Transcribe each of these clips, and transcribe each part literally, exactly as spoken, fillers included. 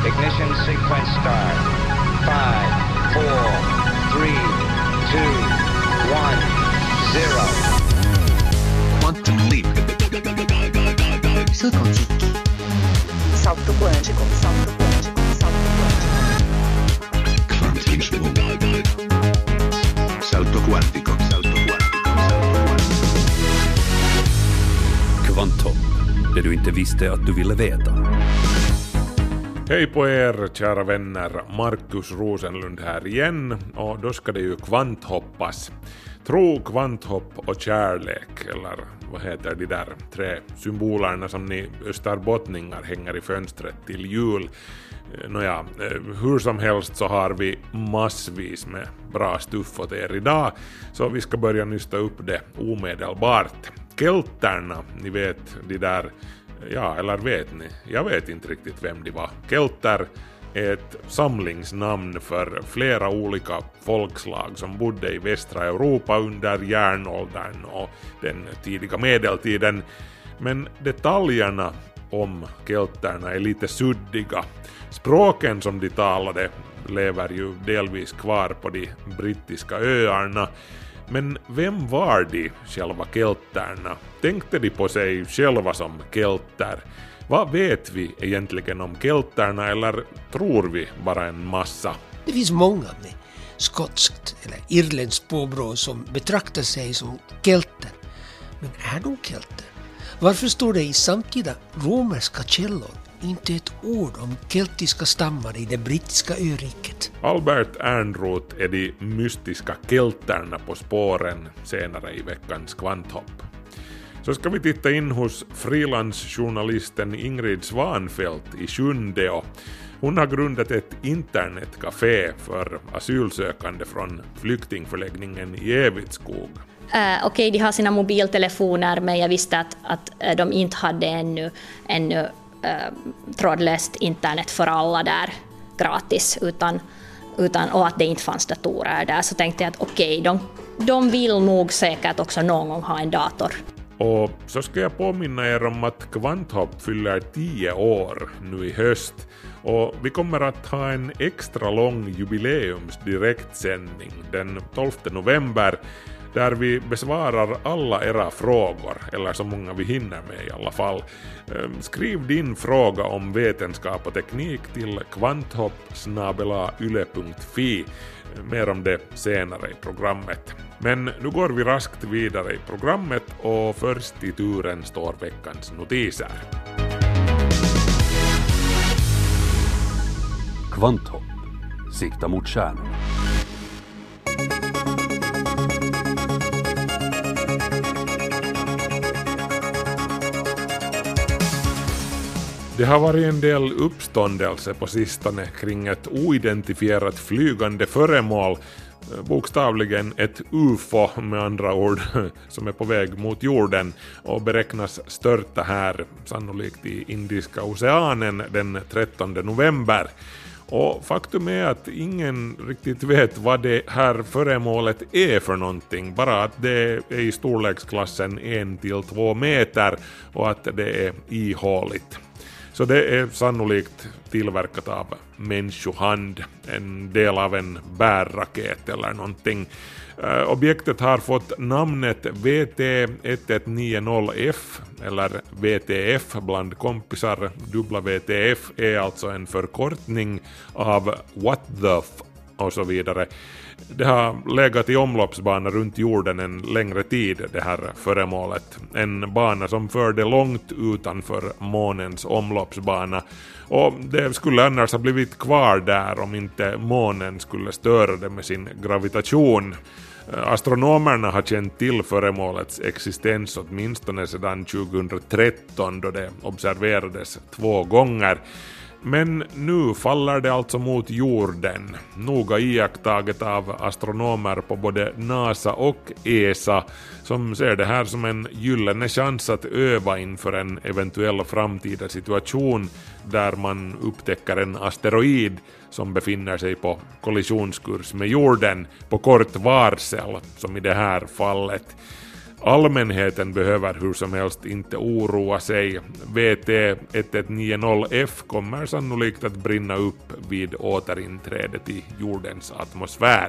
Ignition sequence start. Five, four, three, two, one, zero. Quantum leap. Salto quântico. Salto quântico. Salto quântico. Salto quântico. Quantum Salto quantico. Salto quantico. Salto quantico. Kvanthopp, det du inte visste att du ville veta. Hej på er, kära vänner. Markus Rosenlund här igen. Och då ska det ju kvanthoppas. Tro, kvanthhopp och kärlek, eller vad heter de där tre symbolerna som ni österbottningar hänger i fönstret till jul. Nåja, hur som helst så har vi massvis med bra stuff åt er idag, så vi ska börja nysta upp det omedelbart. Kelterna, ni vet de där, ja, eller vet ni? Jag vet inte riktigt vem de var. Kelter är ett samlingsnamn för flera olika folkslag som bodde i västra Europa under järnåldern och den tidiga medeltiden. Men detaljerna om kelterna är lite suddiga. Språken som de talade lever ju delvis kvar på de brittiska öarna. Men vem var de själva kelterna? Tänkte de på sig själva som kelter? Vad vet vi egentligen om kelterna, eller tror vi bara en massa? Det finns många med skotskt eller irländskt påbrå som betraktar sig som kelter. Men är de kelter? Varför står det i samtida romerska källor inte ett ord om keltiska stammar i det brittiska öriket? Albert Ernroth är de mystiska kelterna på spåren senare i veckans Kvanthopp. Så ska vi titta in hos frilansjournalisten Ingrid Svanfeldt i Sjundeå. Hon har grundat ett internetcafé för asylsökande från flyktingförläggningen i Evitskog. Uh, Okej, okay, de har sina mobiltelefoner, men jag visste att, att uh, de inte hade ännu, ännu uh, trådlöst internet för alla där gratis, utan, utan, och att det inte fanns datorer där. Så tänkte jag att okej, okay, de, de vill nog säkert också någon gång ha en dator. Och så ska jag påminna er om att Kvanthopp fyller tio år nu i höst, och vi kommer att ha en extra lång jubileumsdirektsändning den tolfte november där vi besvarar alla era frågor, eller så många vi hinner med i alla fall. Skriv din fråga om vetenskap och teknik till kvanthopp snabel-a yle punkt fi. Mer om det senare i programmet. Men nu går vi raskt vidare i programmet, och först i turen står veckans notiser. Kvanthopp, sikta mot stjärnorna. Det har varit en del uppståndelse på sistone kring ett oidentifierat flygande föremål, bokstavligen ett U F O med andra ord, som är på väg mot jorden och beräknas störta här, sannolikt i Indiska oceanen den trettonde november. Och faktum är att ingen riktigt vet vad det här föremålet är för någonting, bara att det är i storleksklassen en till två meter och att det är ihåligt. Så det är sannolikt tillverkat av människohand, en del av en bärraket eller någonting. Uh, objektet har fått namnet V T ett ett nio noll F eller V T F bland kompisar. W T F är alltså en förkortning av What the F och så vidare. Det har legat i omloppsbana runt jorden en längre tid, det här föremålet. En bana som förde långt utanför månens omloppsbana. Och det skulle annars ha blivit kvar där om inte månen skulle störa det med sin gravitation. Astronomerna har känt till föremålets existens åtminstone sedan tjugohundratretton, då det observerades två gånger. Men nu faller det alltså mot jorden, noga iakttaget av astronomer på både NASA och E S A, som ser det här som en gyllene chans att öva inför en eventuell framtida situation där man upptäcker en asteroid som befinner sig på kollisionskurs med jorden på kort varsel, som i det här fallet. Allmänheten behöver hur som helst inte oroa sig. V T ett ett nio noll F kommer sannolikt att brinna upp vid återinträdet i jordens atmosfär.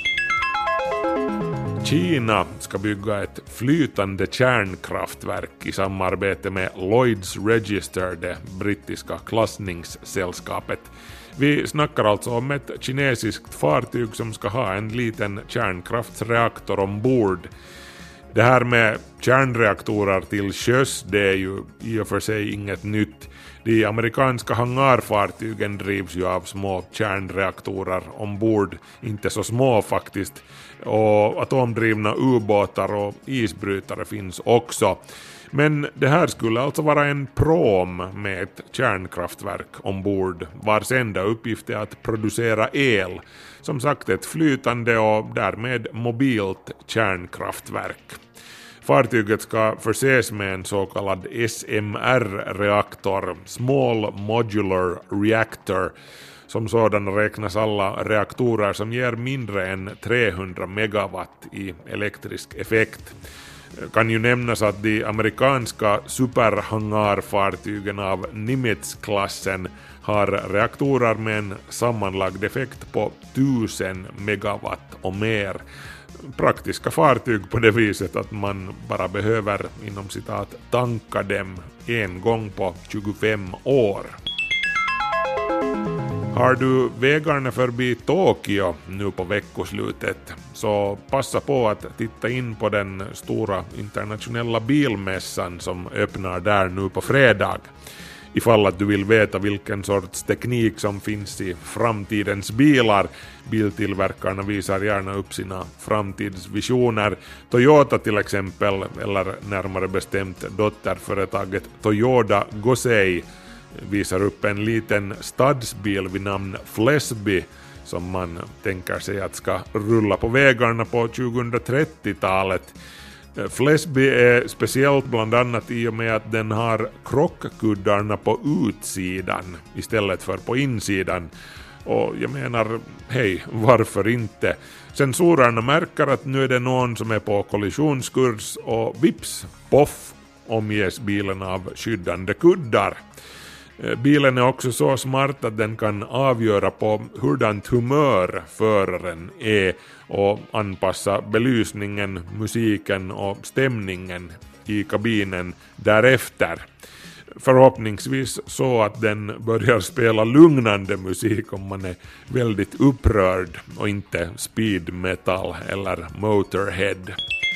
Kina ska bygga ett flytande kärnkraftverk i samarbete med Lloyd's Register, det brittiska klassningssällskapet. Vi snackar alltså om ett kinesiskt fartyg som ska ha en liten kärnkraftsreaktor ombord. Det här med kärnreaktorer till sjöss, det är ju i och för sig inget nytt. De amerikanska hangarfartygen drivs ju av små kärnreaktorer ombord, inte så små faktiskt. Och atomdrivna ubåtar och isbrytare finns också. Men det här skulle alltså vara en prom med ett kärnkraftverk ombord, vars enda uppgift är att producera el. Som sagt, ett flytande och därmed mobilt kärnkraftverk. Fartyget ska förses med en så kallad S M R-reaktor, Small Modular Reactor. Som sådan räknas alla reaktorer som ger mindre än trehundra megawatt i elektrisk effekt. Kan ju nämnas att de amerikanska superhangarfartygen av Nimitz-klassen har reaktorer med en sammanlagd effekt på tusen megawatt och mer. Praktiska fartyg på det viset att man bara behöver inom citat tanka dem en gång på tjugofem år. Har du vägarna förbi Tokyo nu på veckoslutet, så passa på att titta in på den stora internationella bilmässan som öppnar där nu på fredag. Ifall att du vill veta vilken sorts teknik som finns i framtidens bilar. Biltillverkarna visar gärna upp sina framtidsvisioner. Toyota till exempel, eller närmare bestämt dotterföretaget Toyota Gosei, visar upp en liten stadsbil vid namn Flesby som man tänker sig att ska rulla på vägarna på tjugohundratrettiotalet. Flesby är speciellt bland annat i och med att den har krockkuddarna på utsidan istället för på insidan. Och jag menar, hej, varför inte? Sensorerna märker att nu är det någon som är på kollisionskurs och vips, poff, omges bilen av skyddande kuddar. Bilen är också så smart att den kan avgöra på hurdant humör föraren är och anpassa belysningen, musiken och stämningen i kabinen därefter. Förhoppningsvis så att den börjar spela lugnande musik om man är väldigt upprörd och inte speed metal eller Motorhead.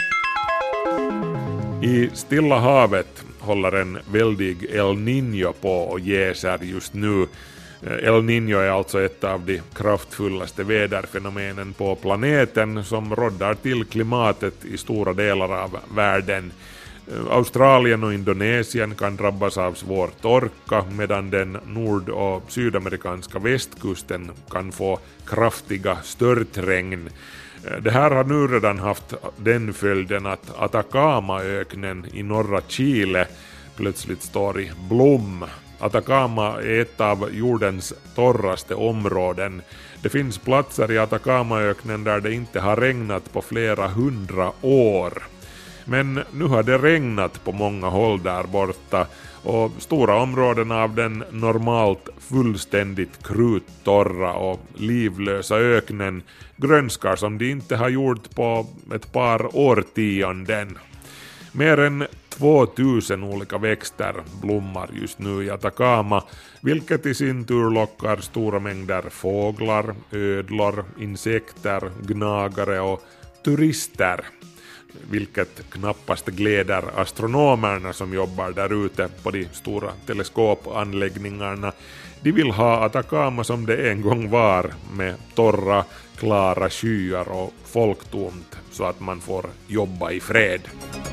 I Stilla havet håller en väldig El Niño på och jäser just nu. El Niño är alltså ett av de kraftfullaste väderfenomenen på planeten som råddar till klimatet i stora delar av världen. Australien och Indonesien kan drabbas av svår torka medan den nord- och sydamerikanska västkusten kan få kraftiga störtregn. Det här har nu redan haft den följden att Atacamaöknen i norra Chile plötsligt står i blom. Atacama är ett av jordens torraste områden. Det finns platser i Atacamaöknen där det inte har regnat på flera hundra år. Men nu har det regnat på många håll där borta och stora områden av den normalt fullständigt kruttorra och livlösa öknen grönskar som de inte har gjort på ett par årtionden. Mer än tvåtusen olika växter blommar just nu i Atacama, vilket i sin tur lockar stora mängder fåglar, ödlor, insekter, gnagare och turister. Vilket knappast gläder astronomerna som jobbar där ute på de stora teleskopanläggningarna. De vill ha Atacama som det en gång var, med torra, klara skyar och folktomt, så att man får jobba i fred.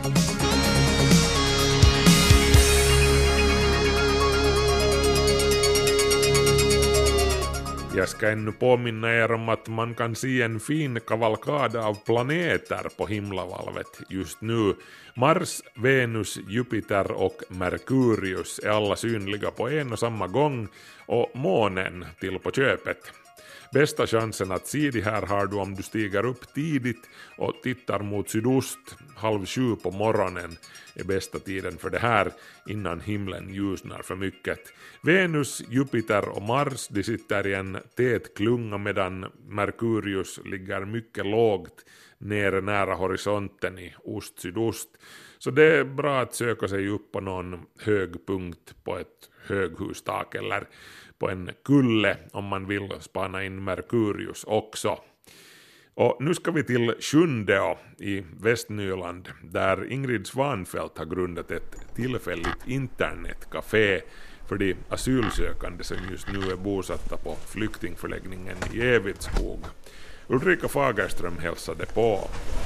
Jag ska ännu påminna er om att man kan se en fin kavalkad av planeter på himlavalvet just nu. Mars, Venus, Jupiter och Merkurius är alla synliga på en och samma gång och månen till på köpet. Bästa chansen att se det här har du om du stiger upp tidigt och tittar mot sydost. Halv sju på morgonen är bästa tiden för det här innan himlen ljusnar för mycket. Venus, Jupiter och Mars de sitter i en tät klunga medan Merkurius ligger mycket lågt nere nära horisonten i ost-sydost. Så det är bra att söka sig upp på någon hög punkt på ett höghustak eller på en kulle om man vill spana in Merkurius också. Och nu ska vi till Sjundeå i Västnyland där Ingrid Svanfeldt har grundat ett tillfälligt internetcafé för de asylsökande som just nu är bosatta på flyktingförläggningen i Evitskog. Ulrika Fagerström hälsade på.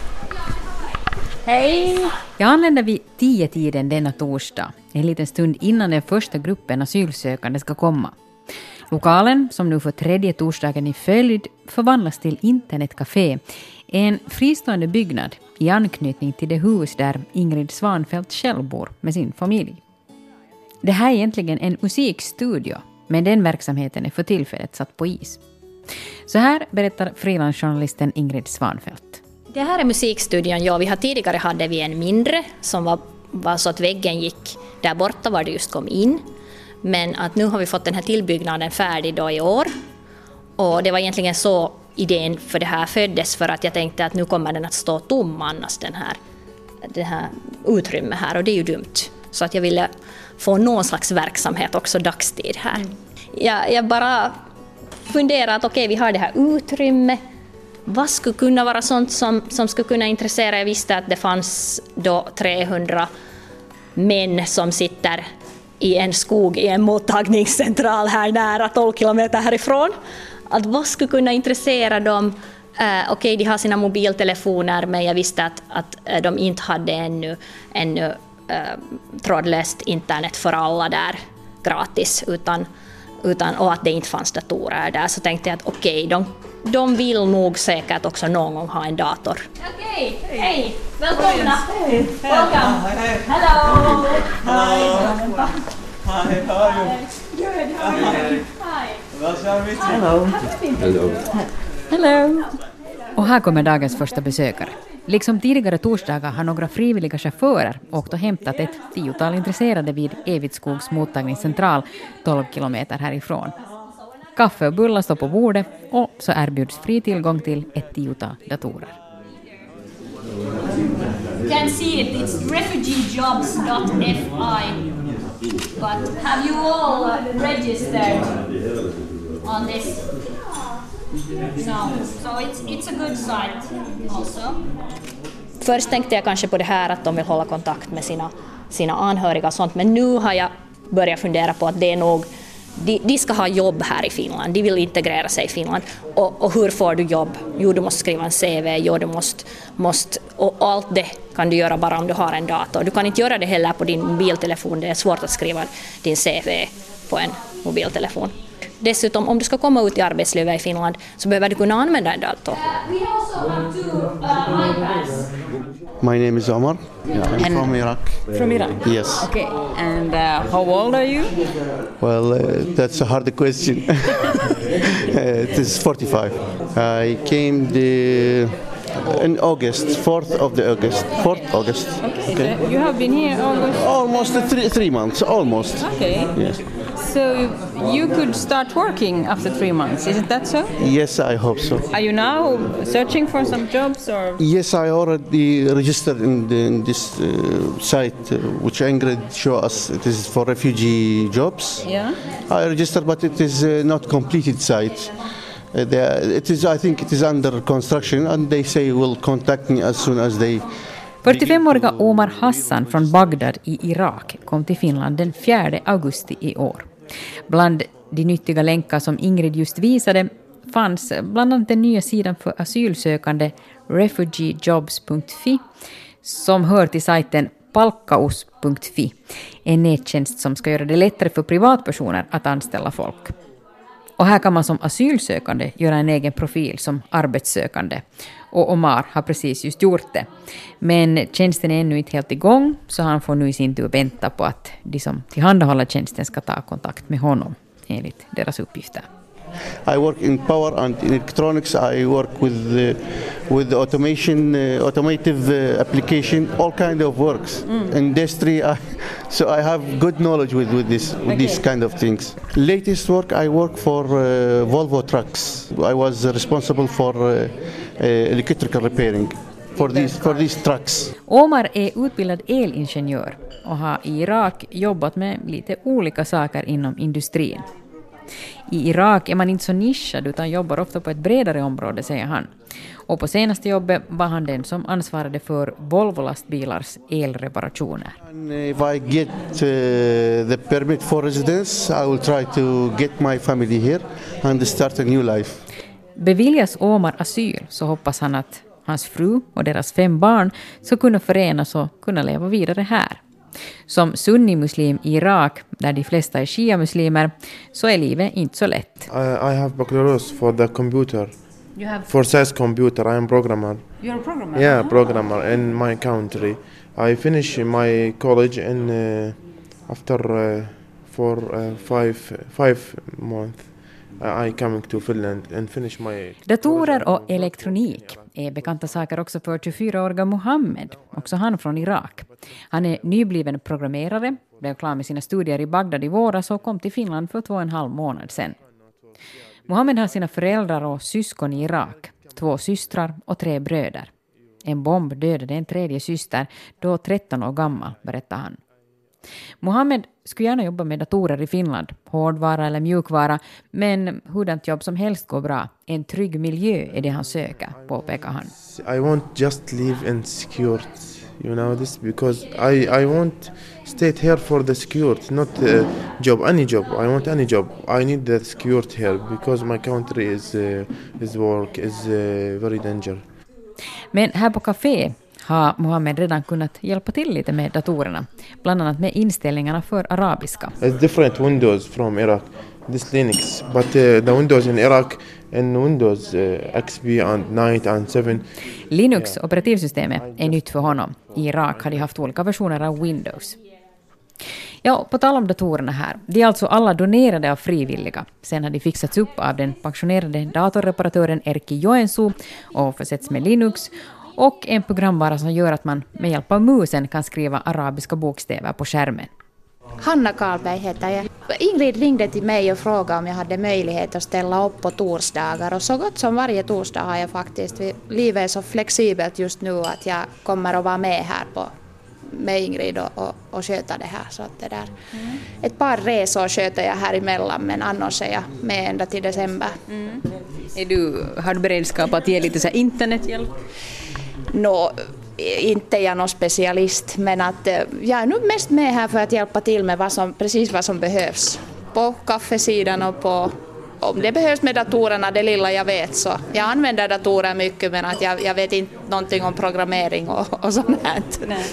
Hej! Jag anländer vid tio tiden denna torsdag, en liten stund innan den första gruppen asylsökande ska komma. Lokalen, som nu för tredje torsdagen i följd förvandlas till internetcafé, är en fristående byggnad i anknytning till det hus där Ingrid Svanfeldt själv bor med sin familj. Det här är egentligen en musikstudio, men den verksamheten är för tillfället satt på is. Så här berättar frilansjournalisten Ingrid Svanfeldt. Det här är musikstudion. Ja, vi har tidigare hade vi en mindre som var, var så att väggen gick där borta var det just kom in. Men att nu har vi fått den här tillbyggnaden färdig då i år. Och det var egentligen så idén för det här föddes, för att jag tänkte att nu kommer den att stå tom annars den här, det här utrymmet här, och det är ju dumt. Så att jag ville få någon slags verksamhet också dagstid här. Mm. Jag, jag bara funderar att okej, okay, vi har det här utrymmet. Vad skulle kunna vara sånt som, som skulle kunna intressera? Jag visste att det fanns då trehundra män som sitter i en skog i en mottagningscentral här nära tolv kilometer härifrån. Att vad skulle kunna intressera dem? Uh, Okej, okay, de har sina mobiltelefoner, men jag visste att, att uh, de inte hade ännu, ännu uh, trådlöst internet för alla där gratis, utan, utan, och att det inte fanns datorer där. Så tänkte jag att okej, okay, de, de vill nog säkert också någon gång ha en dator. Okej, okay. Hej! Välkomna! Hej! Welcome! Hello! Hi! Hi, how are you? Good, how are you? Hi! Hello! Hello! Hello! Och här kommer dagens första besökare. Liksom tidigare torsdagar har några frivilliga chaufförer åkt och hämtat ett tiotal intresserade vid Evitskogs mottagningscentral tolv kilometer härifrån. Kaffe och bullar står på bordet och så erbjuds fri tillgång till ett tiotal datorer. You can see it, it's refugeejobs dot f i. But have you all uh, registered on this? No, so it's, it's a good site also. Först tänkte jag kanske på det här att de vill hålla kontakt med sina, sina anhöriga och sånt, men nu har jag börjat fundera på att det är nog De, de ska ha jobb här i Finland, de vill integrera sig i Finland. Och, och hur får du jobb? Jo, du måste skriva en C V, jo, du måste, måste, och allt det kan du göra bara om du har en dator. Du kan inte göra det heller på din mobiltelefon, det är svårt att skriva din C V på en mobiltelefon. Dessutom, om du ska komma ut i arbetslivet i Finland så behöver du kunna använda en dator. My name is Omar. Yeah, I'm And from Iraq. From Iraq? Yes. Okay, and uh, how old are you? Well, uh, that's a hard question. uh, it is forty-five. I came the in August, fourth of the August, fourth August. Okay. okay. You have been here almost. Almost three three months, almost. Okay. Yes. So you could start working after three months, isn't that so? Yes, I hope so. Are you now searching for some jobs or? Yes, I already registered in, the, in this uh, site, uh, which Ingrid showed us. It is for refugee jobs. Yeah. I registered, but it is uh, not completed site. Uh, they, it is, I think it is under construction, and they say will contact me as soon as they. fyrtiofemåriga Omar Hassan från Bagdad i Irak kom till Finland den fjärde augusti i år. Bland de nyttiga länkar som Ingrid just visade fanns bland annat den nya sidan för asylsökande refugeejobs punkt f i som hör till sajten palkkaus punkt f i, en nättjänst som ska göra det lättare för privatpersoner att anställa folk. Och här kan man som asylsökande göra en egen profil som arbetssökande. Och Omar har precis just gjort det. Men tjänsten är ännu inte helt igång, så han får nu i sin tur vänta på att de som tillhandahåller tjänsten ska ta kontakt med honom, enligt deras uppgifter. I work in power and electronics. I work with uh, with automation, uh, automotive uh, application, all kind of works. Mm. Industry. I, so I have good knowledge with with this with okay. these kind of things. Latest work I work for uh, Volvo trucks. I was responsible for uh, uh, electrical repairing. For these, for these trucks. Omar är utbildad elingenjör och har i Irak jobbat med lite olika saker inom industrin. I Irak är man inte så nischad utan jobbar ofta på ett bredare område, säger han. Och på senaste jobbet var han den som ansvarade för Volvo-lastbilars elreparationer. And if I get uh, the permit for residence, I will try to get my family here and start a new life. Beviljas Omar asyl så hoppas han att hans fru och deras fem barn ska kunna förenas och kunna leva vidare här. Som sunni-muslim i Irak, där de flesta är shia-muslimer, så är livet inte så lätt. I, I have baccalaureate for the computer. You have for S A S computer. I am programmer. You're a programmer? Yeah, programmer in my country. I finished my college in uh, after uh, for uh, five five months. I coming to Finland and finish my... Datorer och elektronik är bekanta saker också för tjugofyraåriga Mohammed, också han från Irak. Han är nybliven programmerare, blev klar med sina studier i Bagdad i våras och kom till Finland för två och en halv månad sedan. Mohammed har sina föräldrar och syskon i Irak, två systrar och tre bröder. En bomb dödade en tredje syster, då tretton år gammal, berättar han. Mohammed skulle gärna jobba med datorer i Finland, hårdvara eller mjukvara, men hurdant jobb som helst går bra. En trygg miljö är det han söker, påpekar han. I want just live in security, you know this, because I I want stay here for the security, not uh, job, any job. I want any job. I need the security here because my country is uh, is work is uh, very danger. Men här på café har Mohammed redan kunnat hjälpa till lite med datorerna, bland annat med inställningarna för arabiska. It's different Windows from Iraq, this Linux, but uh, the Windows in Iraq and Windows uh, X P and nine and seven. Linux, yeah. Operativsystemet, är nytt för honom. I Irak har de haft olika versioner av Windows. Ja, på tal om datorerna här. De är alltså alla donerade av frivilliga. Sen har de fixats upp av den pensionerade datorreparatören Erkki Joensuu och försetts med Linux och en programvara som gör att man med hjälp av musen kan skriva arabiska bokstäver på skärmen. Hanna Karlberg heter jag. Ingrid ringde till mig och frågade om jag hade möjlighet att ställa upp på torsdagar. Och så gott som varje torsdag har jag faktiskt. Livet är så flexibelt just nu att jag kommer att vara med här på, med Ingrid och, och, och sköta det här. Så att det där. Mm. Ett par resor sköter jag här emellan, men annars är jag med ända till december. Mm. Är du, har du beredskap att ge lite så här internethjälp? Nå, inte är jag någon specialist, men att jag är nu mest med här för att hjälpa till med vad som, precis vad som behövs. På kaffesidan och på, om det behövs med datorerna, det lilla jag vet, så. Jag använder datorer mycket, men att jag, jag vet inte någonting om programmering och, och sånt här. Nej.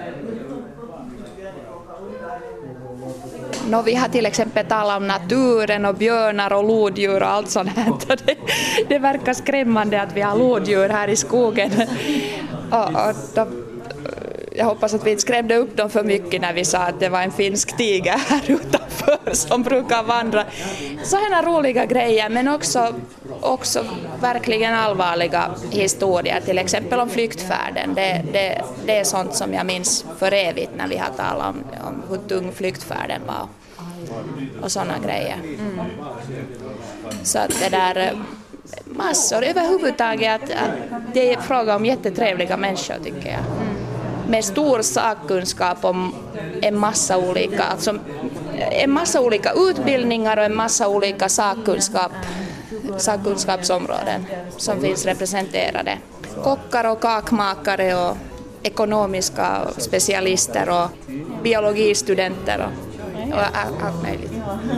No, vi har till exempel talat om naturen och björnar och lodjur och allt sånt här. Det, det verkar skrämmande att vi har lodjur här i skogen. Och, och då, jag hoppas att vi inte skrämde upp dem för mycket när vi sa att det var en finsk tiger här utanför som brukar vandra. Sådana roliga grejer, men också, också verkligen allvarliga historier. Till exempel om flyktfärden. Det, det, det är sånt som jag minns för evigt när vi har talat om, om hur tung flyktfärden var. Och sådana grejer. Mm. Så att det där... Massor överhuvudtaget, att, att det är fråga om jättetrevliga människor, tycker jag. Med stor sakkunskap om en massa olika, alltså en massa olika utbildningar och en massa olika sakkunskap, sakkunskapsområden som finns representerade. Kockar och kakmakare och ekonomiska specialister och biologistudenter och, och allt möjligt.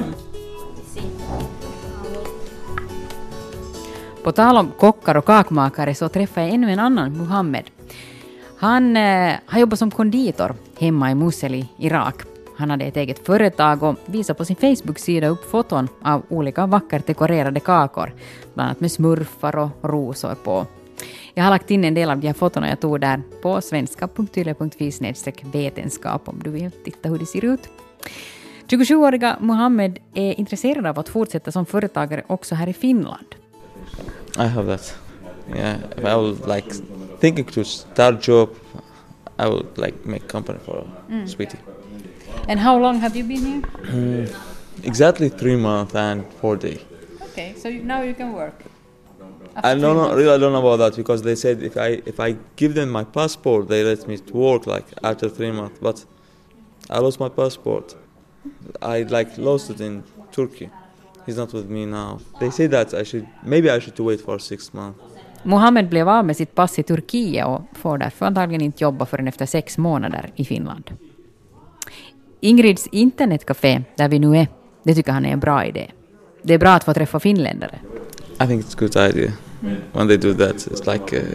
På tal om kockar och kakmakare så träffade jag ännu en annan, Mohammed. Han eh, har jobbat som konditor hemma i Mosul i Irak. Han hade ett eget företag och visade på sin Facebook-sida upp foton av olika vackert dekorerade kakor. Bland annat med smurfar och rosor på. Jag har lagt in en del av de här fotona jag tog där på svenska punkt yle punkt fi snedstreck vetenskap om du vill titta hur det ser ut. tjugosjuåriga Mohammed är intresserad av att fortsätta som företagare också här i Finland. I have that. Yeah, if I would like thinking to start job, I would like make company for Mm. Sweetie. And how long have you been here? Mm, exactly three months and four days. Okay, so you, now you can work. I don't know, really I don't know about that because they said if I if I give them my passport, they let me to work like after three months. But I lost my passport. I like lost it in Turkey. He's not with me now. They say that I should maybe I should wait for six months. Mohammed blev av med sitt pass i Turkiet och får därför antagligen inte jobba förrän efter sex månader i Finland. Ingrids internetcafé, där vi nu är, det tycker han är en bra idé. Det är bra att få träffa finländare. I think it's a good idea. Mm. When they do that, it's like uh,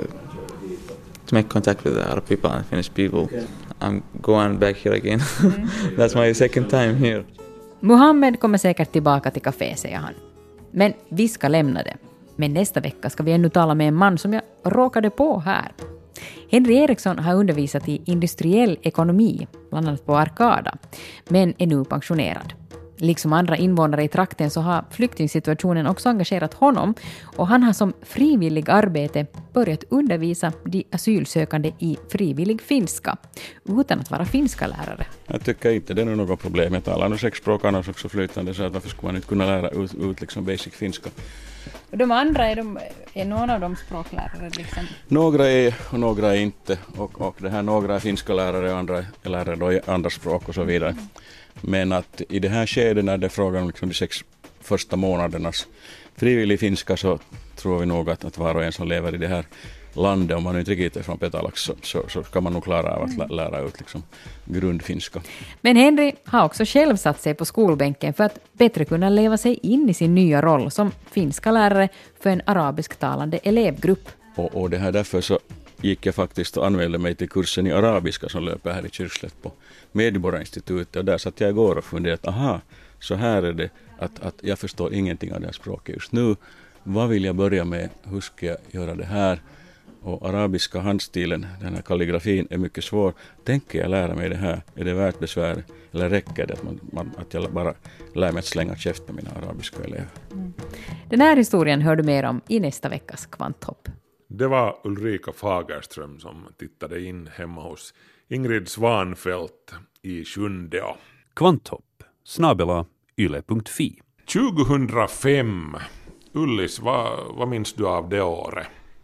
to make contact with the other people and Finnish people. I'm going back here again. That's my second time here. Mohammed kommer säkert tillbaka till café, säger han. Men vi ska lämna det. Men nästa vecka ska vi ännu tala med en man som jag råkade på här. Henry Eriksson har undervisat i industriell ekonomi, bland annat på Arkada, men är nu pensionerad. Liksom andra invånare i trakten så har flyktingsituationen också engagerat honom och han har som frivillig arbete börjat undervisa de asylsökande i frivillig finska utan att vara finska lärare. Jag tycker inte det är något problem. Jag talar nu sex språk annars också flytande så att varför skulle man inte kunna lära ut, ut liksom basic finska. Och de andra, är, de, är någon av dem språklärare? Liksom? Några är och några är inte och, och det här några är finska lärare och andra är lärare då i andra språk och så vidare. Men att i det här skedet när det är frågan om liksom de sex första månadernas frivillig finska så tror vi nog att, att var och en som lever i det här landet, om man inte riktigt är från Petalax så, så, så kan man nog klara av att lä- lära ut liksom grundfinska. Men Henry har också själv satt sig på skolbänken för att bättre kunna leva sig in i sin nya roll som finska lärare för en arabisktalande elevgrupp. Och, och det här därför så gick jag faktiskt och anmälde mig till kursen i arabiska som löper här i Kyrkslätt på Medborgarinstitutet och där satt jag igår och funderade att aha, så här är det att, att jag förstår ingenting av det här språket just nu. Vad vill jag börja med? Hur ska jag göra det här? Och arabiska handstilen, den här kalligrafin är mycket svår. Tänker jag lära mig det här? Är det värt besvär? Eller räcker det att, man, man, att jag bara lär mig att slänga käft med mina arabiska elever? Mm. Den här historien hör du mer om i nästa veckas Kvanthopp. Det var Ulrika Fagerström som tittade in hemma hos Ingrid Svanfält i Sjundeå. Kvanthopp, snabela yle punkt fi. tjugohundrafem. Ullis, vad, vad minns du av det året?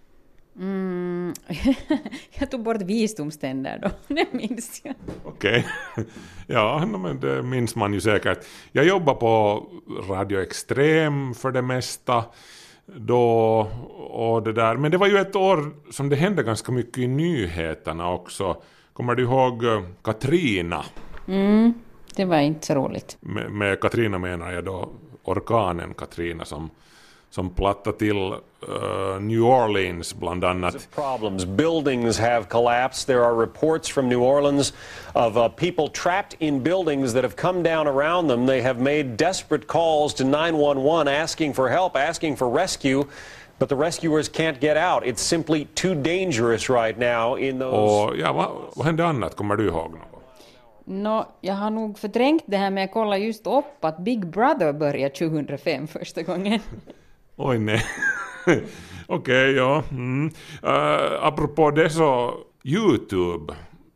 Mm. Jag tog bort visdomständer då, det minns jag. Okej, okay. Ja, men det minns man ju säkert. Jag jobbar på Radio Extrem för det mesta då och det där. Men det var ju ett år som det hände ganska mycket i nyheterna också. Kommer du ihåg Katrina? Mm, det var inte så roligt. Med, med Katrina menar jag då orkanen Katrina som som plattade till uh, New Orleans bland annat. Problems. Buildings have collapsed. There are reports from New Orleans of uh, people trapped in buildings that have come down around them. They have made desperate calls to nine one one asking for help, asking for rescue. But the rescuers can't get out. It's simply too dangerous right now in those... Och ja, vad, vad hände annat? Kommer du ihåg något? No, jag har nog förträngt det här med att kolla just upp att Big Brother började tjugohundrafem första gången. Oj nej. Okej, okay, ja. Mm. Uh, apropå det så YouTube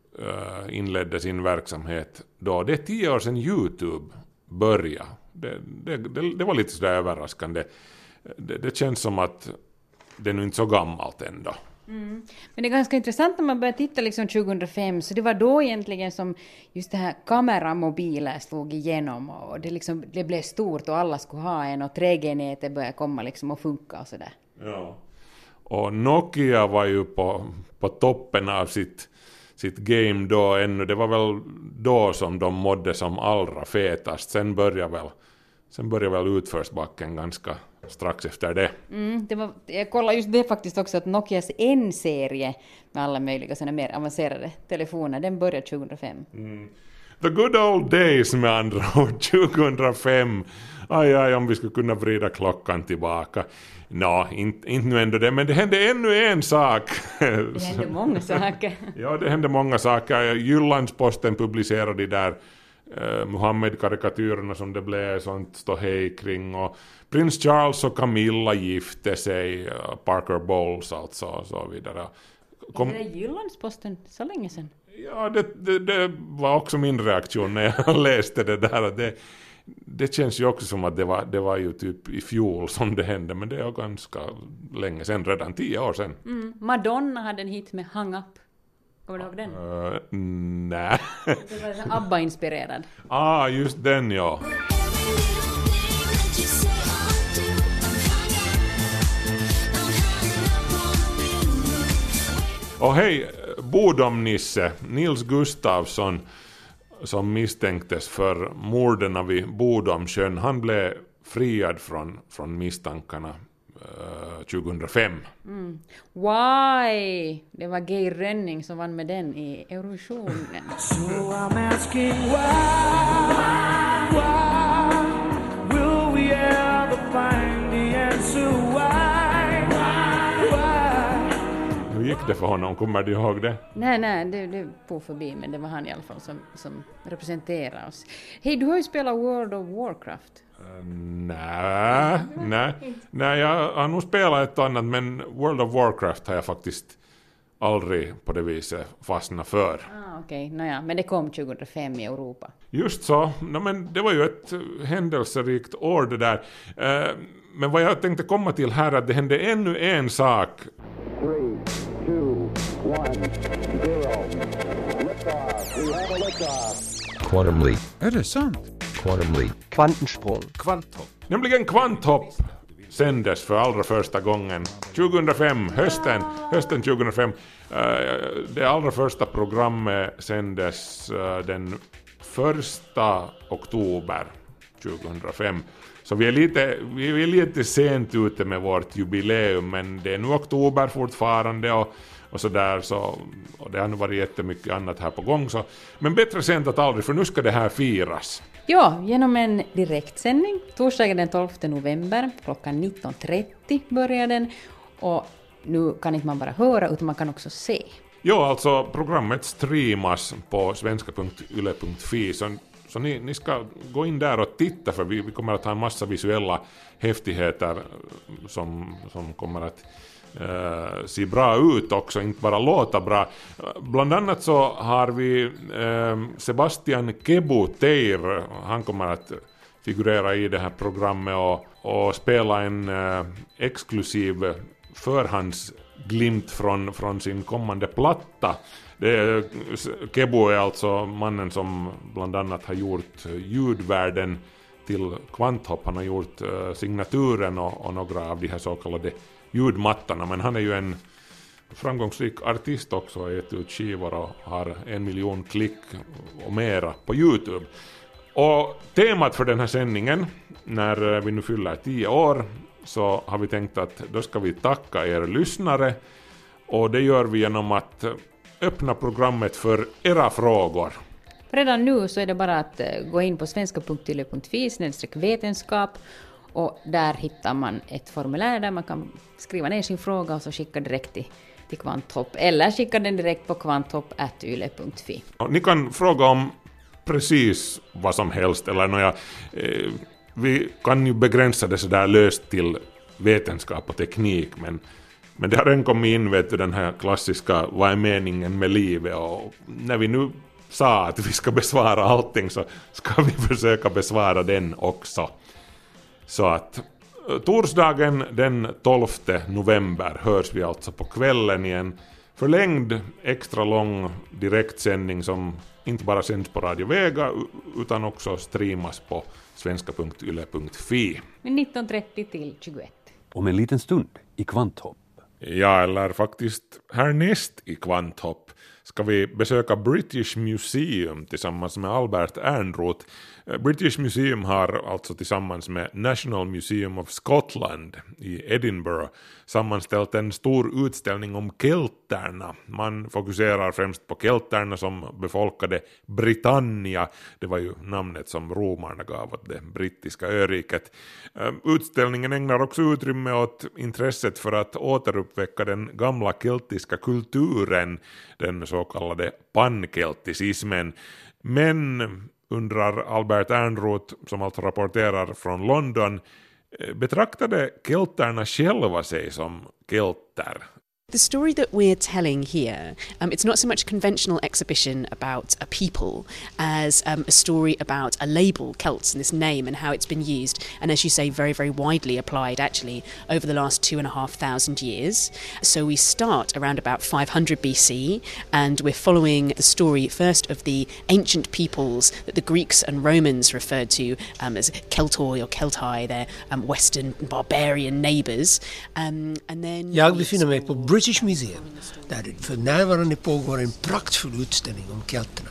uh, inledde sin verksamhet då. Det är tio år sedan YouTube började. Det, det, det, det var lite sådär överraskande. Det, det känns som att det är nu inte så gammalt ändå. Mm. Men det är ganska intressant när man börjar titta liksom tjugohundrafem, så det var då egentligen som just det här kameramobiler slog igenom och det, liksom, det blev stort och alla skulle ha en och tre G-nätet började komma liksom och funka och sådär. Ja. Och Nokia var ju på, på toppen av sitt, sitt game då ännu. Det var väl då som de mådde som allra fetast. Sen började väl, sen började väl utförsbacken ganska strax efter det. Mm, det var, jag kollade just det faktiskt också att Nokias N-serie med alla möjliga sådana mer avancerade telefoner, den började tjugohundrafem. Mm. The good old days med andra ord, tjugohundrafem. Aj, aj, om vi skulle kunna vrida klockan tillbaka. Nå, no, inte, inte nu ändå det, men det hände ännu en sak. Det hände många saker. Ja, det hände många saker. Jyllandsposten publicerade där eh, Muhammed-karikatyrerna som det blev sånt stå hej kring, och prins Charles och Camilla gifte sig, uh, Parker Bowles alltså, och så vidare. Kom... Det är Jyllandsposten så länge sedan. Ja, det, det, det var också min reaktion när jag läste det där. Det, det känns ju också som att det var, det var ju typ i fjol som det hände, men det är ganska länge sedan, redan tio år sedan. Mm. Madonna hade en hit med Hang Up. Kommer du ihåg den? Uh, nej. Det var en ABBA-inspirerad. Ah, just den, ja. Och hej, Bodom-Nisse, Nils Gustafsson, som misstänktes för morden vid Bodomsjön, han blev friad från, från misstankarna uh, tjugohundrafem. Mm. Why? Det var Geir Rönning som vann med den i Eurovisionen. So I'm asking why, why will we ever find the answer why, why? Hur gick det för honom? Kommer du ihåg det? Nej, nej, det, det på förbi, men det var han i alla fall som, som representerar oss. Hej, du har ju spelat World of Warcraft. Uh, nej, nej, nej, jag har nog spelat ett annat, men World of Warcraft har jag faktiskt aldrig på det viset fastnat för. Ah, okej, okay. Naja, men det kom tjugohundrafem i Europa. Just så, no, men det var ju ett händelserikt år det där. Uh, men vad jag tänkte komma till här är att det hände ännu en sak. Three, two, one, zero. Liftoff. We have a liftoff. Quantum leap. Är det sant? Quantum leap. Kvantensprung. Kvanthopp. Nämligen Kvanthopp sändes för allra första gången tjugohundrafem, hösten, hösten tjugohundrafem. Uh, det allra första programmet sändes uh, den första oktober tjugohundrafem. Så vi är, lite, vi är lite sent ute med vårt jubileum, men det är nu oktober fortfarande och, och så där, så, och det har nu varit jättemycket annat här på gång. Så, men bättre sent att aldrig, för nu ska det här firas. Ja, genom en direktsändning. Torsdagen den tolfte november klockan nitton trettio börjar den, och nu kan inte man bara höra utan man kan också se. Ja, alltså programmet streamas på svenska punkt yle punkt fi, så Så ni, ni ska gå in där och titta, för vi, vi kommer att ha en massa visuella häftigheter som, som kommer att uh, se bra ut också, inte bara låta bra. Bland annat så har vi uh, Sebastian Kebu-Teir, han kommer att figurera i det här programmet och, och spela en uh, exklusiv förhandsglimt från, från sin kommande platta. Det är, Kebu är alltså mannen som bland annat har gjort ljudvärlden till Kvanthopp. Han har gjort uh, signaturen och, och några av de här så kallade ljudmattorna. Men han är ju en framgångsrik artist också, har gett ut skivor och har en miljon klick och mera på YouTube. Och temat för den här sändningen, när vi nu fyller tio år, så har vi tänkt att då ska vi tacka er lyssnare. Och det gör vi genom att öppna programmet för era frågor. Redan nu så är det bara att gå in på svenska punkt yle punkt fi snedstreck vetenskap, och där hittar man ett formulär där man kan skriva ner sin fråga och så skicka direkt till, till Kvanthopp, eller skicka den direkt på kvanthopp at yle punkt fi. Ni kan fråga om precis vad som helst, eller nåja, eh, vi kan ju begränsa det så där löst till vetenskap och teknik, men Men det har redan kommit in, vet du, den här klassiska vad är meningen med livet, och när vi nu sa att vi ska besvara allting så ska vi försöka besvara den också. Så att torsdagen den tolfte november hörs vi alltså på kvällen i en förlängd extra lång direktsändning som inte bara sänds på Radio Vega utan också streamas på svenska punkt yle punkt fi. nitton trettio till tjugoett. Om en liten stund i Kvanthopp. Ja, eller faktiskt härnäst i Kvanthopp ska vi besöka British Museum tillsammans med Albert Ernroth. British Museum har alltså tillsammans med National Museum of Scotland i Edinburgh sammanställt en stor utställning om kelterna. Man fokuserar främst på kelterna som befolkade Britannia. Det var ju namnet som romarna gav åt det brittiska öriket. Utställningen ägnar också utrymme åt intresset för att återuppväcka den gamla keltiska kulturen, den så kallade pankelticismen. Men undrar Albert Ernroth, som alltså rapporterar från London. Betraktade kelterna själva sig som kelter? The story that we're telling here, um, it's not so much a conventional exhibition about a people as um, a story about a label, Celts, and this name and how it's been used, and as you say, very, very widely applied actually over the last two and a half thousand years. So we start around about five hundred B C, and we're following the story first of the ancient peoples that the Greeks and Romans referred to um, as Keltoi or Keltai, their um, western barbarian neighbours. Um, and then Jag befinner mig på British Museum, där det för närvarande pågår en praktfull utställning om kelterna.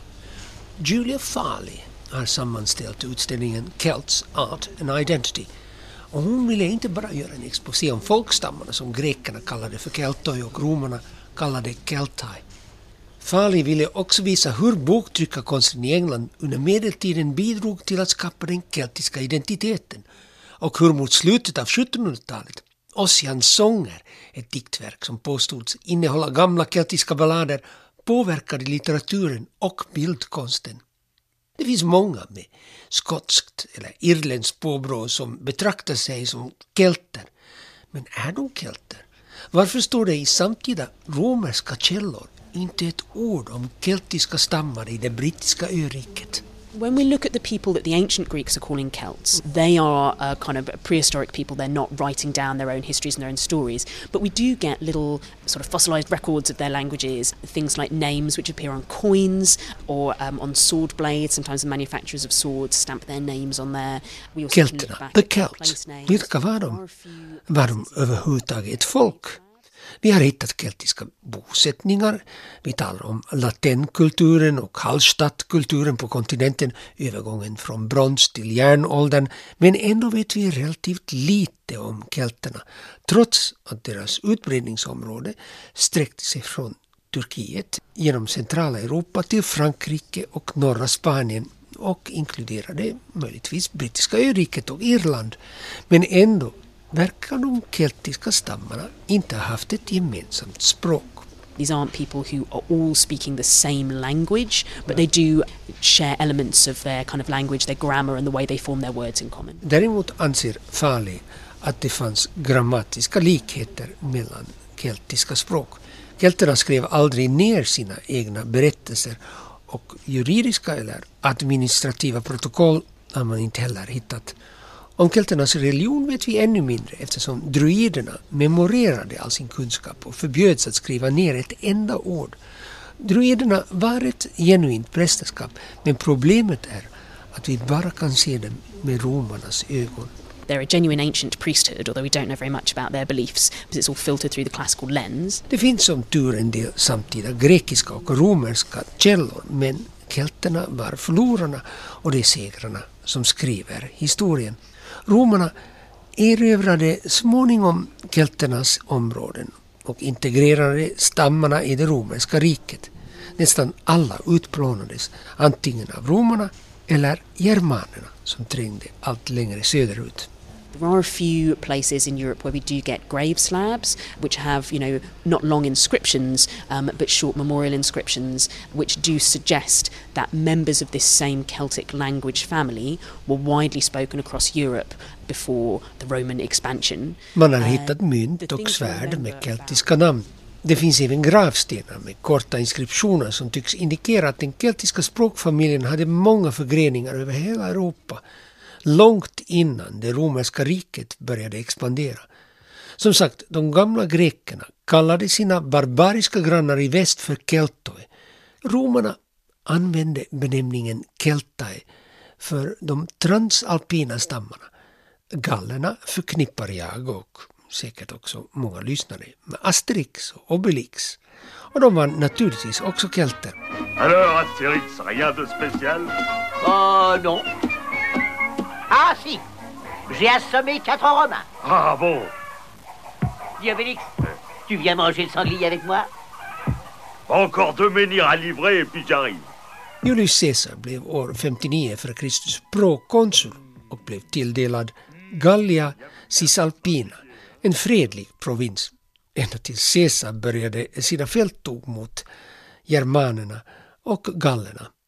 Julia Farley har sammanställt utställningen Celts, Art and Identity. Och hon ville inte bara göra en exposé om folkstammarna som grekerna kallade för Keltoi och romarna kallade Keltai. Farley ville också visa hur boktryckarkonsten i England under medeltiden bidrog till att skapa den keltiska identiteten och hur mot slutet av sjuttonhundratalet Ossians sånger, ett diktverk som påstods innehålla gamla keltiska ballader, påverkade litteraturen och bildkonsten. Det finns många med skotskt eller irländskt påbrå som betraktar sig som kelter. Men är de kelter? Varför står det i samtida romerska källor inte ett ord om keltiska stammar i det brittiska öriket? When we look at the people that the ancient Greeks are calling Celts, they are a kind of prehistoric people. They're not writing down their own histories and their own stories. But we do get little sort of fossilized records of their languages, things like names which appear on coins or um, on sword blades. Sometimes the manufacturers of swords stamp their names on there. We also Kelterna, the Celts, vilka var de? Var de överhuvudtaget ett folk? Vi har hittat keltiska bosättningar, vi talar om latenkulturen och Hallstattkulturen på kontinenten, övergången från brons till järnåldern, men ändå vet vi relativt lite om kelterna, trots att deras utbredningsområde sträckte sig från Turkiet genom centrala Europa till Frankrike och norra Spanien och inkluderade möjligtvis brittiska öriket och Irland, men ändå verkar de keltiska stammarna inte ha haft ett gemensamt språk. These aren't people who are all speaking the same language, but they do share elements of their kind of language, their grammar and the way they form their words in common. Däremot anser Farley att det fanns grammatiska likheter mellan keltiska språk. Kelterna skrev aldrig ner sina egna berättelser och juridiska eller administrativa protokoll har man inte heller hittat. Om kelternas religion vet vi ännu mindre eftersom druiderna memorerade all sin kunskap och förbjöds att skriva ner ett enda ord. Druiderna var ett genuint prästerskap, men problemet är att vi bara kan se dem med romarnas ögon. They're a genuine ancient priesthood, although we don't know very much about their beliefs because it's all filtered through the classical lens. Det finns som tur en del samtida grekiska och romerska källor, men kelterna var förlorarna och det är segrarna som skriver historien. Romarna erövrade småningom kelternas områden och integrerade stammarna i det romerska riket. Nästan alla utplånades antingen av romarna eller germanerna som trängde allt längre söderut. There are a few places in Europe where we do get grave slabs which have, you know, not long inscriptions um, but short memorial inscriptions which do suggest that members of this same Celtic language family were widely spoken across Europe before the Roman expansion. Man har hittat mynt och svärd med keltiska namn. Det finns även gravstenar med korta inskriptioner som tycks indikera att den keltiska språkfamiljen hade många förgreningar över hela Europa, långt innan det romerska riket började expandera. Som sagt, de gamla grekerna kallade sina barbariska grannar i väst för Keltoi. Romarna använde benämningen Keltai för de transalpina stammarna. Gallerna förknippar jag och säkert också många lyssnare med Asterix och Obelix. Och de var naturligtvis också kelter. Alors, Astérix, rien de spécial? Oh non. Ah si, j'ai assommé quatre romains. Ah bon? Dis Obélix, tu viens manger le sanglier avec moi? Encore deux menhirs à livrer et puis j'arrive. Julius Caesar blev år femtionio före Kristus prokonsul och blev tilldelad Gallia Cisalpina, en fredlig provins. Ända till Caesar började sina fälttåg mot germanerna och gallerna.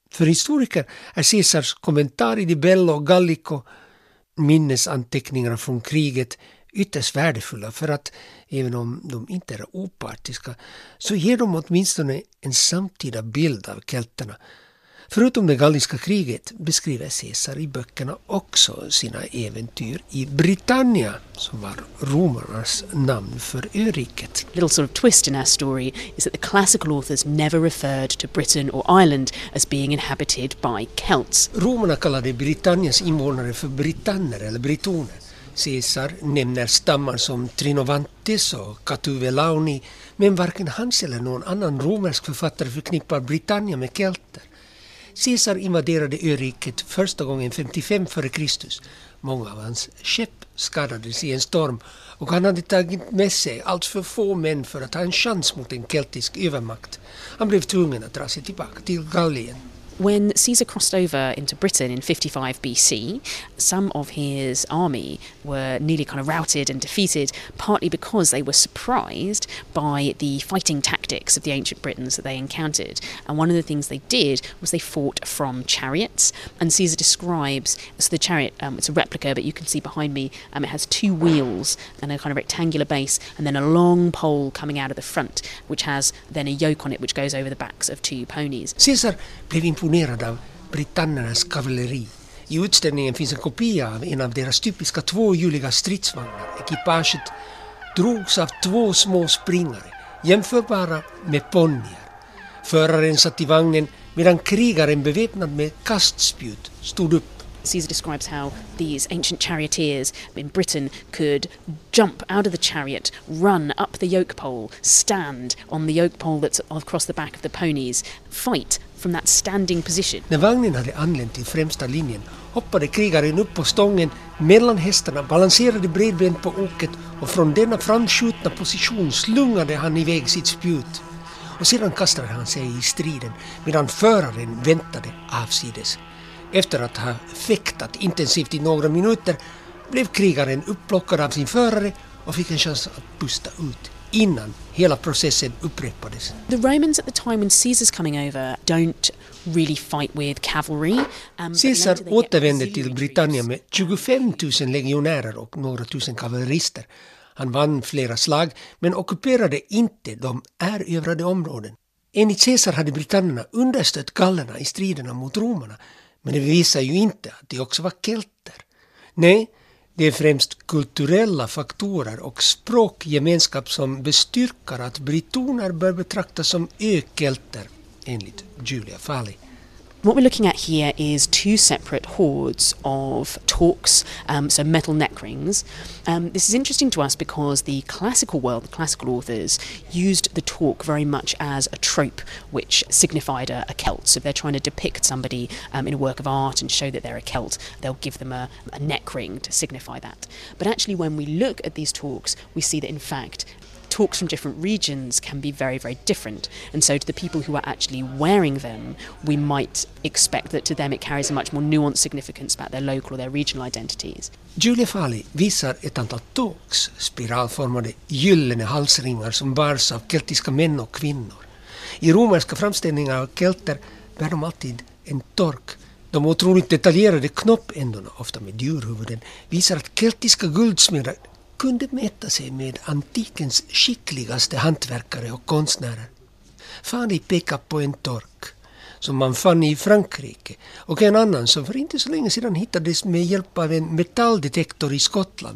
För historiker är Caesars kommentarer di Bello och Gallico, minnesanteckningar från kriget, ytterst värdefulla för att även om de inte är opartiska så ger de åtminstone en samtida bild av kelterna. Förutom det galliska kriget beskriver Caesar i böckerna också sina äventyr i Britannia, som var romarnas namn för öriket. Little sort of twist in our story is that the classical authors never referred to Britain or Ireland as being inhabited by Celts. Romarna kallade Britannias invånare för britanner eller britoner. Caesar nämner stammar som Trinovantes och Catuvelauni, men varken hans eller någon annan romersk författare förknippar Britannia med kelter. Caesar invaderade öriket första gången femtiofem före Kristus. Många av hans skepp skadades i en storm och han hade tagit med sig allt för få män för att ha en chans mot en keltisk övermakt. Han blev tvungen att dra sig tillbaka till Gallien. When Caesar crossed over into Britain in fifty-five B C, some of his army were nearly kind of routed and defeated, partly because they were surprised by the fighting tactics of the ancient Britons that they encountered. And one of the things they did was they fought from chariots. And Caesar describes, so the chariot, um, it's a replica, but you can see behind me, um, it has two wheels and a kind of rectangular base, and then a long pole coming out of the front, which has then a yoke on it which goes over the backs of two ponies. Caesar blev imponerad av britannernas kavalleri. I utställningen finns en kopia av en av deras typiska tvåhjuliga stridsvagnar. Ekipaget drogs av två små springare, jämförbara med ponnyer. Föraren satt i vagnen medan krigaren beväpnad med kastspjut stod upp. Caesar describes how these ancient charioteers in Britain could jump out of the chariot, run up the yoke pole, stand on the yoke pole that's across the back of the ponies, fight from that standing position. När vagnen hade anlänt till främsta linjen hoppade krigaren upp på stången mellan hästarna, balanserade bredbent på oket och från denna framskjutna position slungade han iväg sitt spjut. Och sedan kastade han sig i striden medan föraren väntade avsides. Efter att ha fäktat intensivt i några minuter blev krigaren upplockad av sin förare och fick en chans att pusta ut innan hela processen upprepades. The Romans at the time when Caesar's coming over don't really fight with cavalry. Um, Caesar återvände till Britannia med tjugofem tusen legionärer och några tusen kavallerister. Han vann flera slag men ockuperade inte de erövrade områden. Enligt Caesar hade britannierna understött gallerna i striderna mot romarna. Men det visar ju inte att de också var kelter. Nej, det är främst kulturella faktorer och språkgemenskap som bestyrkar att britoner bör betraktas som ökelter, enligt Julia Fali. What we're looking at here is two separate hoards of torques, um, so metal neck rings. Um, this is interesting to us because the classical world, the classical authors, used the torque very much as a trope which signified a, a Celt. So if they're trying to depict somebody um, in a work of art and show that they're a Celt, they'll give them a, a neck ring to signify that. But actually when we look at these torques, we see that in fact talks from different regions can be very, very different. And so to the people who are actually wearing them, we might expect that to them it carries a much more nuanced significance about their local or their regional identities. Julia Fali visar ett antal talks, spiralformade gyllene halsringar som bärs av keltiska män och kvinnor. I romerska framställningar av kelter bär de alltid en tork. De otroligt detaljerade knoppändarna, ofta med djurhuvuden, visar att keltiska guldsmeder kunde mäta sig med antikens skickligaste hantverkare och konstnärer. Fali pekar på en tork som man fann i Frankrike och en annan som för inte så länge sedan hittades med hjälp av en metalldetektor i Skottland.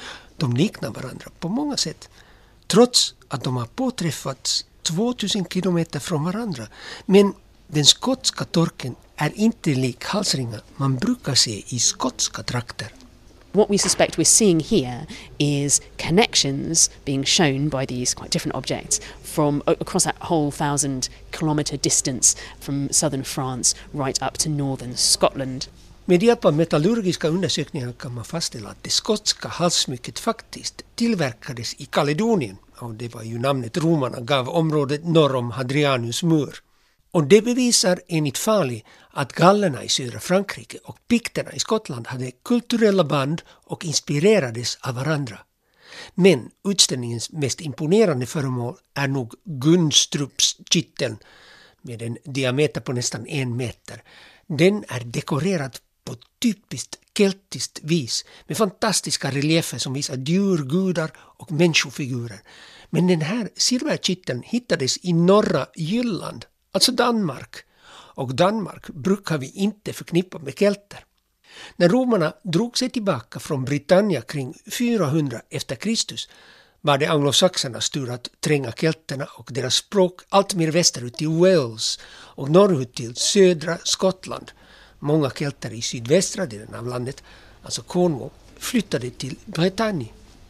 De liknar varandra på många sätt, trots att de har påträffats tvåtusen kilometer från varandra. Men den skotska torken är inte lik halsringar man brukar se i skotska trakter. What we suspect we're seeing here is connections being shown by these quite different objects from across that whole thousand kilometer distance from southern France right up to northern Scotland. Med hjälp av metallurgiska undersökningar kan man fastställa att det skotska halssmycket faktiskt tillverkades i Kaledonien, och det var ju namnet romarna gav området norr om Hadrianus mur. Och det bevisar enligt Fali att gallerna i södra Frankrike och pikterna i Skottland hade kulturella band och inspirerades av varandra. Men utställningens mest imponerande föremål är nog Gunstrups kitteln. med en diameter på nästan en meter. Den är dekorerad på typiskt keltiskt vis med fantastiska reliefer som visar djurgudar och människofigurer. Men den här silverkitteln hittades i norra Jylland, alltså Danmark. Och Danmark brukar vi inte förknippa med kelter. När romarna drog sig tillbaka från Britannia kring fyrahundra efter Kristus var det anglosaxarnas tur att tränga kelterna och deras språk allt mer västerut till Wales och norrut till södra Skottland. Många kelter i sydvästra delen av landet, alltså Cornwall, flyttade till Bretagne.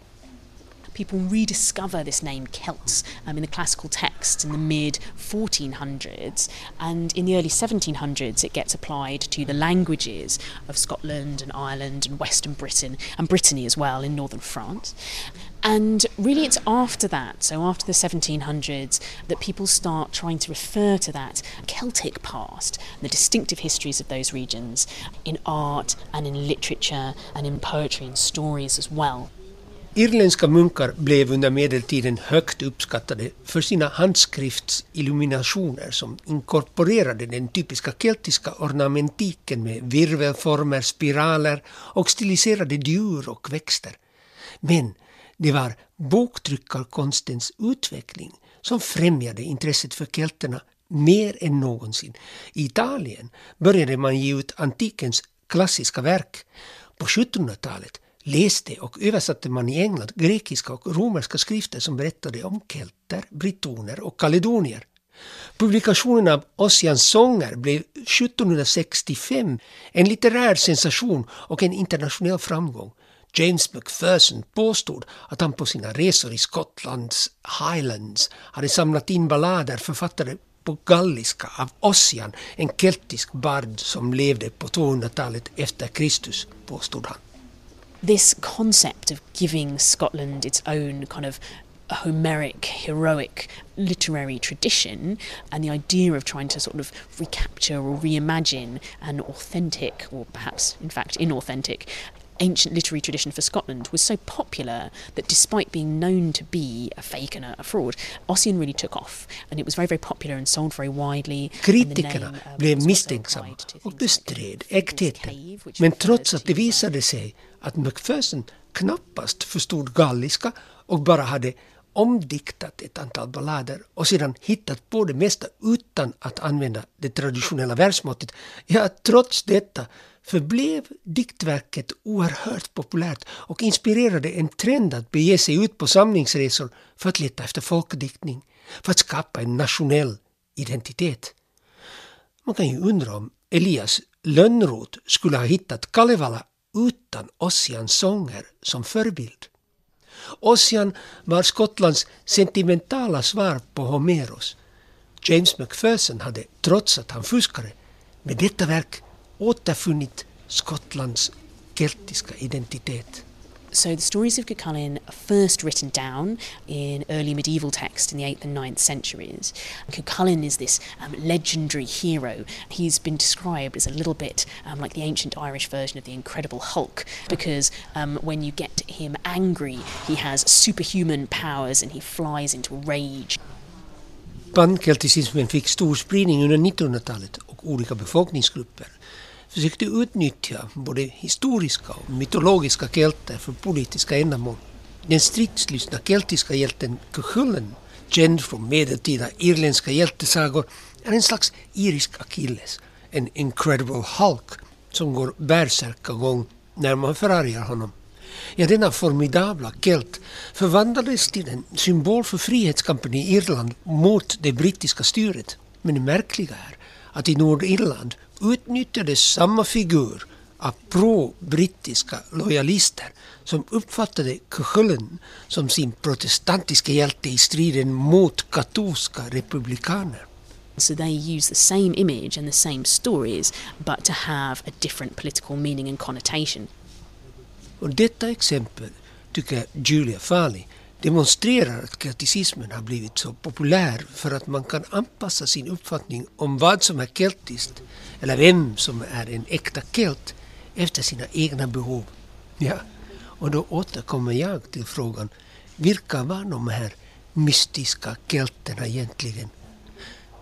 People rediscover this name Celts um, in the classical texts in the mid fourteen hundreds, and in the early seventeen hundreds it gets applied to the languages of Scotland and Ireland and Western Britain and Brittany as well in northern France. And really it's after that, so after the seventeen hundreds, that people start trying to refer to that Celtic past, the distinctive histories of those regions in art and in literature and in poetry and stories as well. Irländska munkar blev under medeltiden högt uppskattade för sina handskriftsilluminationer som inkorporerade den typiska keltiska ornamentiken med virvelformer, spiraler och stiliserade djur och växter. Men det var boktryckarkonstens utveckling som främjade intresset för kelterna mer än någonsin. I Italien började man ge ut antikens klassiska verk. På sjuttonhundratalet läste och översatte man i England grekiska och romerska skrifter som berättade om kelter, britoner och kaledonier. Publikationen av Ossians sånger blev sjuttonhundrasextiofem en litterär sensation och en internationell framgång. James Macpherson påstod att han på sina resor i Skottlands Highlands hade samlat in ballader författade på galliska av Ossian, en keltisk bard som levde på tvåhundratalet efter Kristus, påstod han. This concept of giving Scotland its own kind of Homeric, heroic literary tradition, and the idea of trying to sort of recapture or reimagine an authentic, or perhaps in fact inauthentic, ancient literary tradition for Scotland was so popular that despite being known to be a fake and a, a fraud, Ossian really took off, and it was very, very popular and sold very widely. Kritikerna name, uh, blev misstänksamma och bestred äktheten. Men trots att det visade sig att Macpherson knappast förstod galliska och bara hade omdiktat ett antal ballader och sedan hittat på det mesta utan att använda det traditionella versmåttet, ja, trots detta förblev diktverket oerhört populärt och inspirerade en trend att bege sig ut på samlingsresor för att leta efter folkdiktning, för att skapa en nationell identitet. Man kan ju undra om Elias Lönnroth skulle ha hittat Kalevala utan Ossians sånger som förebild. Ossian var Skottlands sentimentala svar på Homeros. James Macpherson hade, trots att han fuskade, med detta verk återfunnit Skottlands keltiska identitet. So the stories of Cuchulainn are first written down in early medieval text in the eighth and ninth centuries. Cuchulainn is this um, legendary hero. He's been described as a little bit um, like the ancient Irish version of the Incredible Hulk, because um, when you get him angry, he has superhuman powers and he flies into a rage. Pankelticismen fick stor spridning under nittonhundratalet och olika befolkningsgrupper försökte utnyttja både historiska och mytologiska kelter för politiska ändamål. Den stridslystna keltiska hjälten Cuchulainn, känd från medeltida irländska hjältesagor, är en slags irisk Achilles, en Incredible Hulk som går bärsärkagång när man förargar honom. Ja, denna formidabla kelt förvandlades till en symbol för frihetskampen i Irland mot det brittiska styret. Men det märkliga är att i Nordirland utnyttjades samma figur av pro-brittiska lojalister som uppfattade Cuchulainn som sin protestantiska hjälte i striden mot katolska republikaner. So they use the same image and the same stories, but to have a different political meaning and connotation. Och detta exempel, tycker Julia Farley, demonstrerar att kelticismen har blivit så populär för att man kan anpassa sin uppfattning om vad som är keltiskt eller vem som är en äkta kelt efter sina egna behov. Ja, och då återkommer jag till frågan, vilka var de här mystiska kelterna egentligen?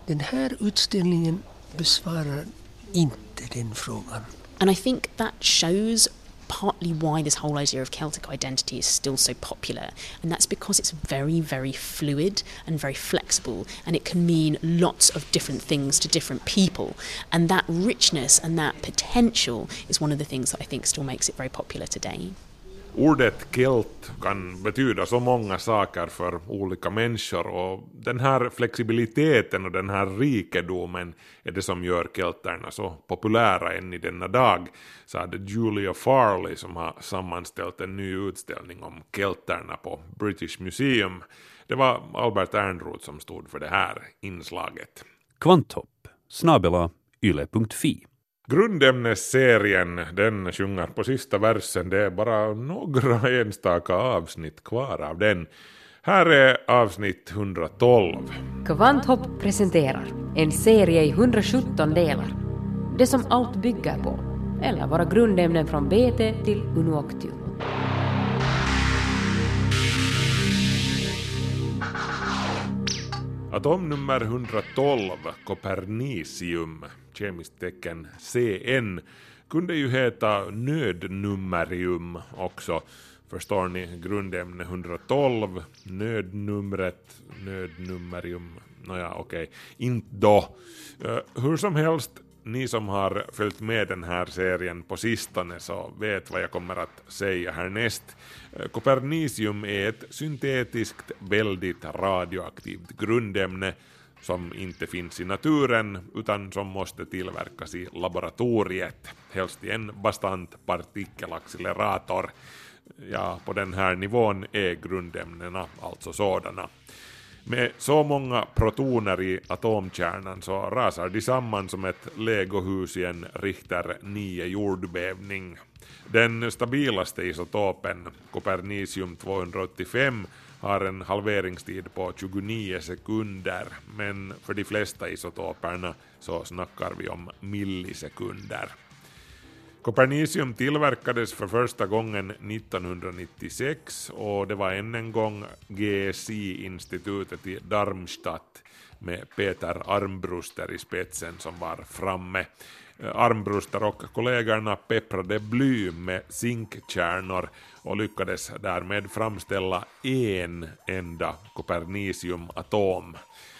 Den här utställningen besvarar inte den frågan. And I think that shows partly why this whole idea of Celtic identity is still so popular, and that's because it's very, very fluid and very flexible, and it can mean lots of different things to different people, and that richness and that potential is one of the things that I think still makes it very popular today. Ordet kelt kan betyda så många saker för olika människor, och den här flexibiliteten och den här rikedomen är det som gör kelterna så populära än i denna dag, sa Julia Farley som har sammanställt en ny utställning om kelterna på British Museum. Det var Albert Ernroth som stod för det här inslaget. Kvanthopp, snabela yle punkt fi. Grundämnesserien, den sjunger på sista versen. Det är bara några enstaka avsnitt kvar av den. Här är avsnitt hundratolv. Kvanthopp presenterar en serie i hundrasjutton delar. Det som allt bygger på. Eller våra grundämnen från B T till Unuoctium. Atom nummer hundratolv, Copernicium, kemiskt tecken C N, kunde ju heta nödnummerium också. Förstår ni, grundämne hundratolv, nödnumret, nödnummerium, nåja okej, okay. Inte då. Uh, hur som helst, ni som har följt med den här serien på sistone så vet vad jag kommer att säga härnäst. Copernicium är ett syntetiskt, väldigt radioaktivt grundämne som inte finns i naturen utan som måste tillverkas i laboratoriet, helst i en bastant partikelaccelerator. Ja, på den här nivån är grundämnena alltså sådana. Med så många protoner i atomkärnan så rasar de samman som ett legohus i en Richter nio jordbävning. Den stabilaste isotopen, Copernicium tvåhundraåttiofem, har en halveringstid på tjugonio sekunder, men för de flesta isotoperna så snackar vi om millisekunder. Copernicium tillverkades för första gången nittonhundranittiosex och det var än en gång G S I-institutet i Darmstadt med Peter Armbruster i spetsen som var framme. Armbruster och kollegorna pepprade bly med zinkkärnor och lyckades därmed framställa en enda Copernicium-atom.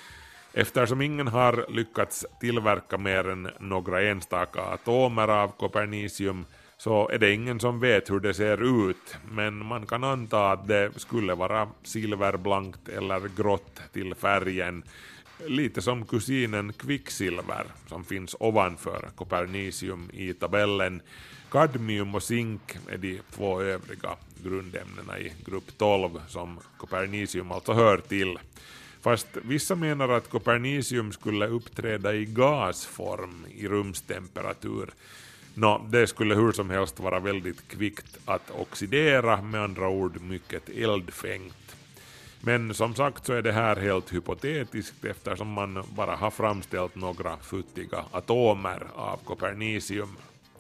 Eftersom ingen har lyckats tillverka mer än några enstaka atomer av Copernicium så är det ingen som vet hur det ser ut, men man kan anta att det skulle vara silverblankt eller grått till färgen, lite som kusinen kvicksilver som finns ovanför Copernicium i tabellen. Kadmium och zink är de två övriga grundämnena i grupp tolv som Copernicium alltså hör till. Fast vissa menar att Copernicium skulle uppträda i gasform i rumstemperatur. Nå, det skulle hur som helst vara väldigt kvickt att oxidera, med andra ord mycket eldfängt. Men som sagt så är det här helt hypotetiskt eftersom man bara har framställt några futtiga atomer av Copernicium.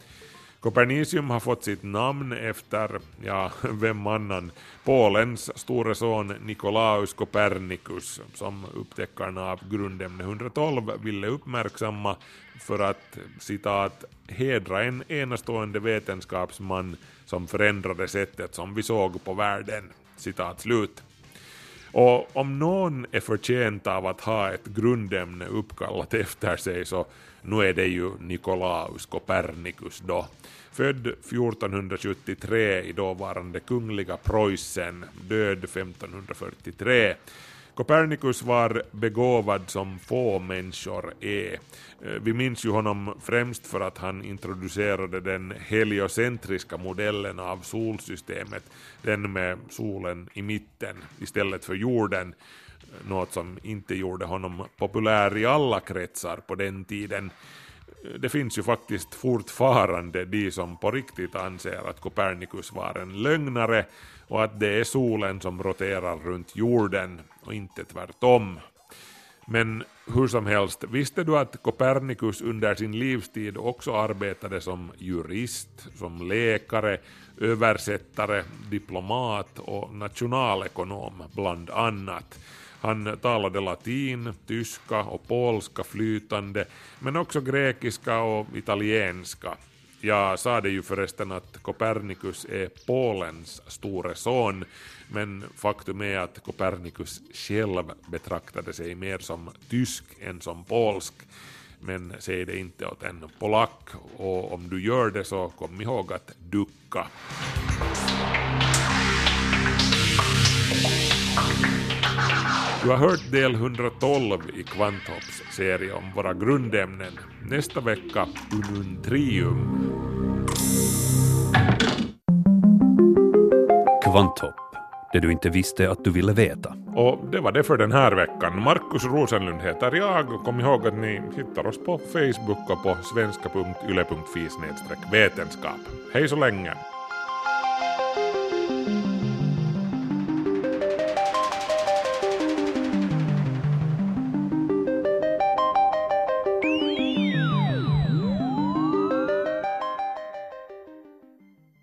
Copernicium har fått sitt namn efter, ja, vem annan, Polens store son Nikolaus Copernicus som upptäckarna av grundämne hundratolv ville uppmärksamma för att, citat, hedra en enastående vetenskapsman som förändrade sättet som vi såg på världen, citat slut. Och om någon är förtjänt av att ha ett grundämne uppkallat efter sig så nu är det ju Nikolaus Copernicus då. Född fjortonhundrasjuttiotre i dåvarande kungliga Preussen, död femtonhundrafyrtiotre. Copernicus var begåvad som få människor är. Vi minns ju honom främst för att han introducerade den heliocentriska modellen av solsystemet, den med solen i mitten istället för jorden, något som inte gjorde honom populär i alla kretsar på den tiden. Det finns ju faktiskt fortfarande de som på riktigt anser att Copernicus var en lögnare och att det är solen som roterar runt jorden och inte tvärtom. Men hur som helst, visste du att Copernicus under sin livstid också arbetade som jurist, som läkare, översättare, diplomat och nationalekonom bland annat. Han talade latin, tyska och polska flytande, men också grekiska och italienska. Jag sa det ju förresten att Copernicus är Polens store son, men faktum är att Copernicus själv betraktade sig mer som tysk än som polsk. Men säg det inte åt en polack, och om du gör det så kom ihåg att ducka. Du har hört del etthundratolv i Kvanthopps serie om våra grundämnen. Nästa vecka Ununtrium. Kvanthopp, det du inte visste att du ville veta. Och det var det för den här veckan. Markus Rosenlund heter jag, och kom ihåg att ni hittar oss på Facebook och på svenska punkt yle punkt fi snedstreck vetenskap. Hej så länge!